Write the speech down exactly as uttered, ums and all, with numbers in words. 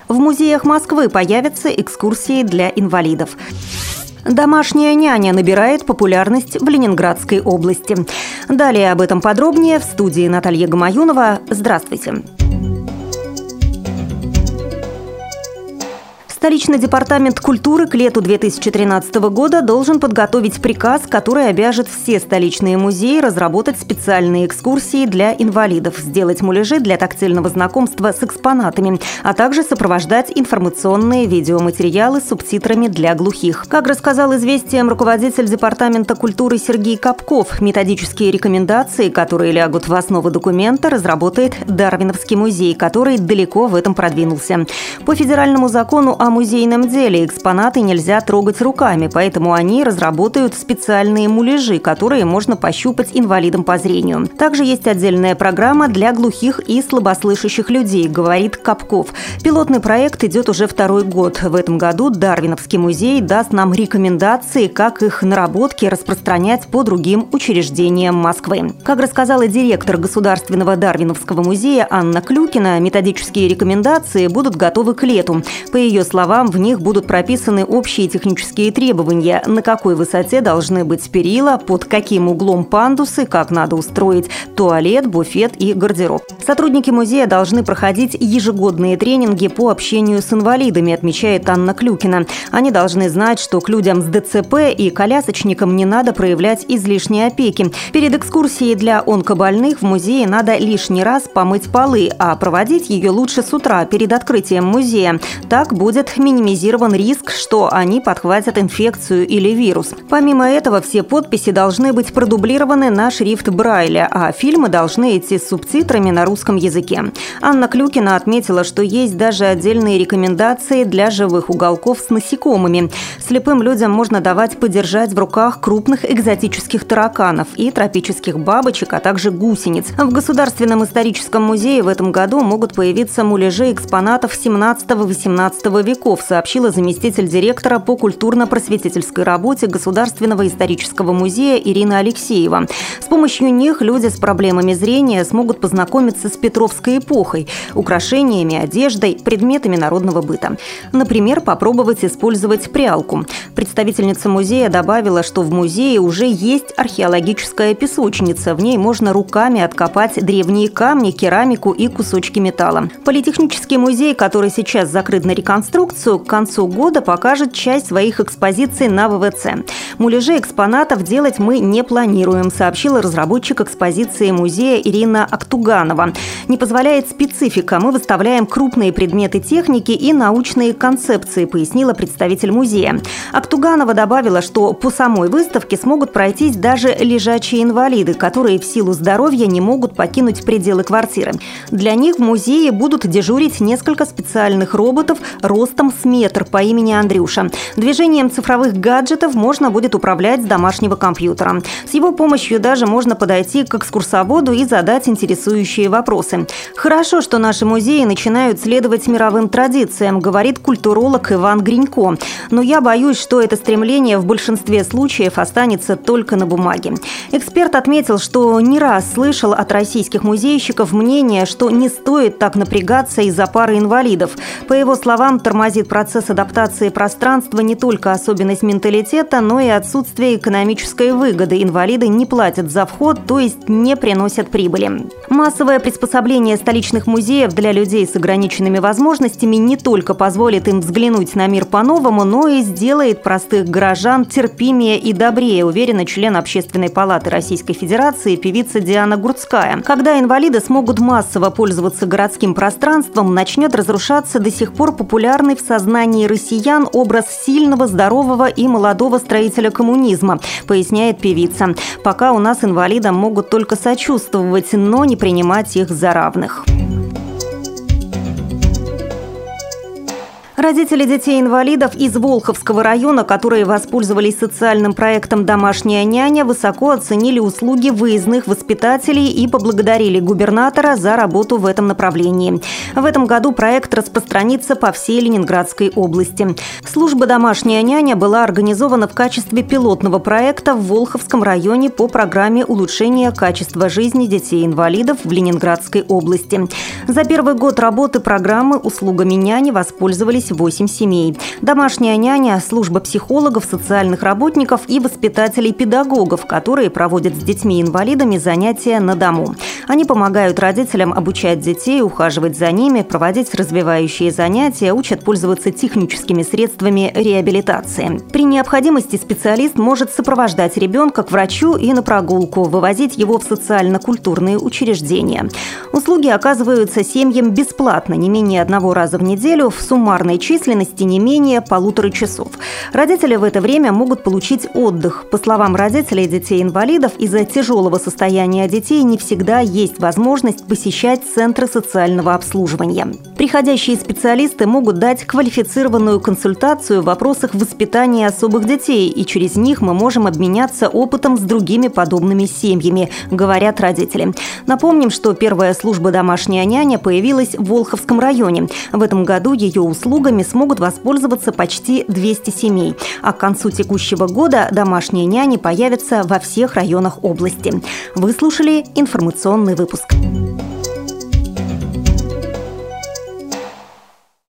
В музеях Москвы появятся экскурсии для инвалидов. Домашняя няня набирает популярность в Ленинградской области. Далее об этом подробнее в студии Наталья Гамаюнова. Здравствуйте. Столичный департамент культуры к лету две тысячи тринадцатого года должен подготовить приказ, который обяжет все столичные музеи разработать специальные экскурсии для инвалидов, сделать муляжи для тактильного знакомства с экспонатами, а также сопровождать информационные видеоматериалы с субтитрами для глухих. Как рассказал «Известиям» руководитель департамента культуры Сергей Капков, методические рекомендации, которые лягут в основу документа, разработает Дарвиновский музей, который далеко в этом продвинулся. По федеральному закону о музейном деле экспонаты нельзя трогать руками, поэтому они разработают специальные муляжи, которые можно пощупать инвалидам по зрению. Также есть отдельная программа для глухих и слабослышащих людей, говорит Капков. Пилотный проект идет уже второй год. В этом году Дарвиновский музей даст нам рекомендации, как их наработки распространять по другим учреждениям Москвы. Как рассказала директор Государственного Дарвиновского музея Анна Клюкина, методические рекомендации будут готовы к лету. По ее словам, в них будут прописаны общие технические требования, на какой высоте должны быть перила, под каким углом пандусы, как надо устроить туалет, буфет и гардероб. Сотрудники музея должны проходить ежегодные тренинги по общению с инвалидами, отмечает Анна Клюкина. Они должны знать, что к людям с ДЦП и колясочникам не надо проявлять излишней опеки. Перед экскурсией для онкобольных в музее надо лишний раз помыть полы, а проводить ее лучше с утра перед открытием музея. Так будет минимизирован риск, что они подхватят инфекцию или вирус. Помимо этого, все подписи должны быть продублированы на шрифт Брайля, а фильмы должны идти с субтитрами на русском языке. Анна Клюкина отметила, что есть даже отдельные рекомендации для живых уголков с насекомыми. Слепым людям можно давать подержать в руках крупных экзотических тараканов и тропических бабочек, а также гусениц. В Государственном историческом музее в этом году могут появиться муляжи экспонатов семнадцатого-восемнадцатого веков, сообщила заместитель директора по культурно-просветительской работе Государственного исторического музея Ирина Алексеева. С помощью них люди с проблемами зрения смогут познакомиться с Петровской эпохой, украшениями, одеждой, предметами народного быта. Например, попробовать использовать прялку. Представительница музея добавила, что в музее уже есть археологическая песочница. В ней можно руками откопать древние камни, керамику и кусочки металла. Политехнический музей, который сейчас закрыт на реконструкцию, к концу года покажет часть своих экспозиций на ВВЦ. Муляжи экспонатов делать мы не планируем, сообщила разработчик экспозиции музея Ирина Актуганова. Не позволяет специфика. Мы выставляем крупные предметы техники и научные концепции, пояснила представитель музея. Актуганова добавила, что по самой выставке смогут пройтись даже лежачие инвалиды, которые в силу здоровья не могут покинуть пределы квартиры. Для них в музее будут дежурить несколько специальных роботов ростом с метр по имени Андрюша. Движением цифровых гаджетов можно будет управлять с домашнего компьютера. С его помощью даже можно подойти к экскурсоводу и задать интересующие вопросы. Хорошо, что наши музеи начинают следовать мировым традициям, говорит культуролог Иван Гринько. Но я боюсь, что это стремление в большинстве случаев останется только на бумаге. Эксперт отметил, что не раз слышал от российских музейщиков мнение, что не стоит так напрягаться из-за пары инвалидов. По его словам, тормозит процесс адаптации пространства не только особенность менталитета, но и отсутствие экономической выгоды. Инвалиды не платят за вход, то есть не приносят прибыли. Массовое приспособление столичных музеев для людей с ограниченными возможностями не только позволит им взглянуть на мир по-новому, но и сделает простых горожан терпимее и добрее, уверена член Общественной палаты Российской Федерации певица Диана Гурцкая. Когда инвалиды смогут массово пользоваться городским пространством, начнет разрушаться до сих пор популярный в сознании россиян образ сильного, здорового и молодого строителя коммунизма, поясняет певица. Пока у нас инвалидам могут только сочувствовать, но не принимать их за равных. Родители детей-инвалидов из Волховского района, которые воспользовались социальным проектом «Домашняя няня», высоко оценили услуги выездных воспитателей и поблагодарили губернатора за работу в этом направлении. В этом году проект распространится по всей Ленинградской области. Служба «Домашняя няня» была организована в качестве пилотного проекта в Волховском районе по программе улучшения качества жизни детей-инвалидов в Ленинградской области. За первый год работы программы услугами няни воспользовались восемь семей. Домашняя няня – служба психологов, социальных работников и воспитателей-педагогов, которые проводят с детьми-инвалидами занятия на дому. Они помогают родителям обучать детей, ухаживать за ними, проводить развивающие занятия, учат пользоваться техническими средствами реабилитации. При необходимости специалист может сопровождать ребенка к врачу и на прогулку, вывозить его в социально-культурные учреждения. Услуги оказываются семьям бесплатно, не менее одного раза в неделю, в суммарной численности не менее полутора часов. Родители в это время могут получить отдых. По словам родителей детей-инвалидов, из-за тяжелого состояния детей не всегда есть возможность посещать центры социального обслуживания. Приходящие специалисты могут дать квалифицированную консультацию в вопросах воспитания особых детей, и через них мы можем обменяться опытом с другими подобными семьями, говорят родители. Напомним, что первая служба «Домашняя няня» появилась в Волховском районе. В этом году ее услугами смогут воспользоваться почти двести семей. А к концу текущего года «Домашние няни» появятся во всех районах области. Вы слушали информационный выпуск.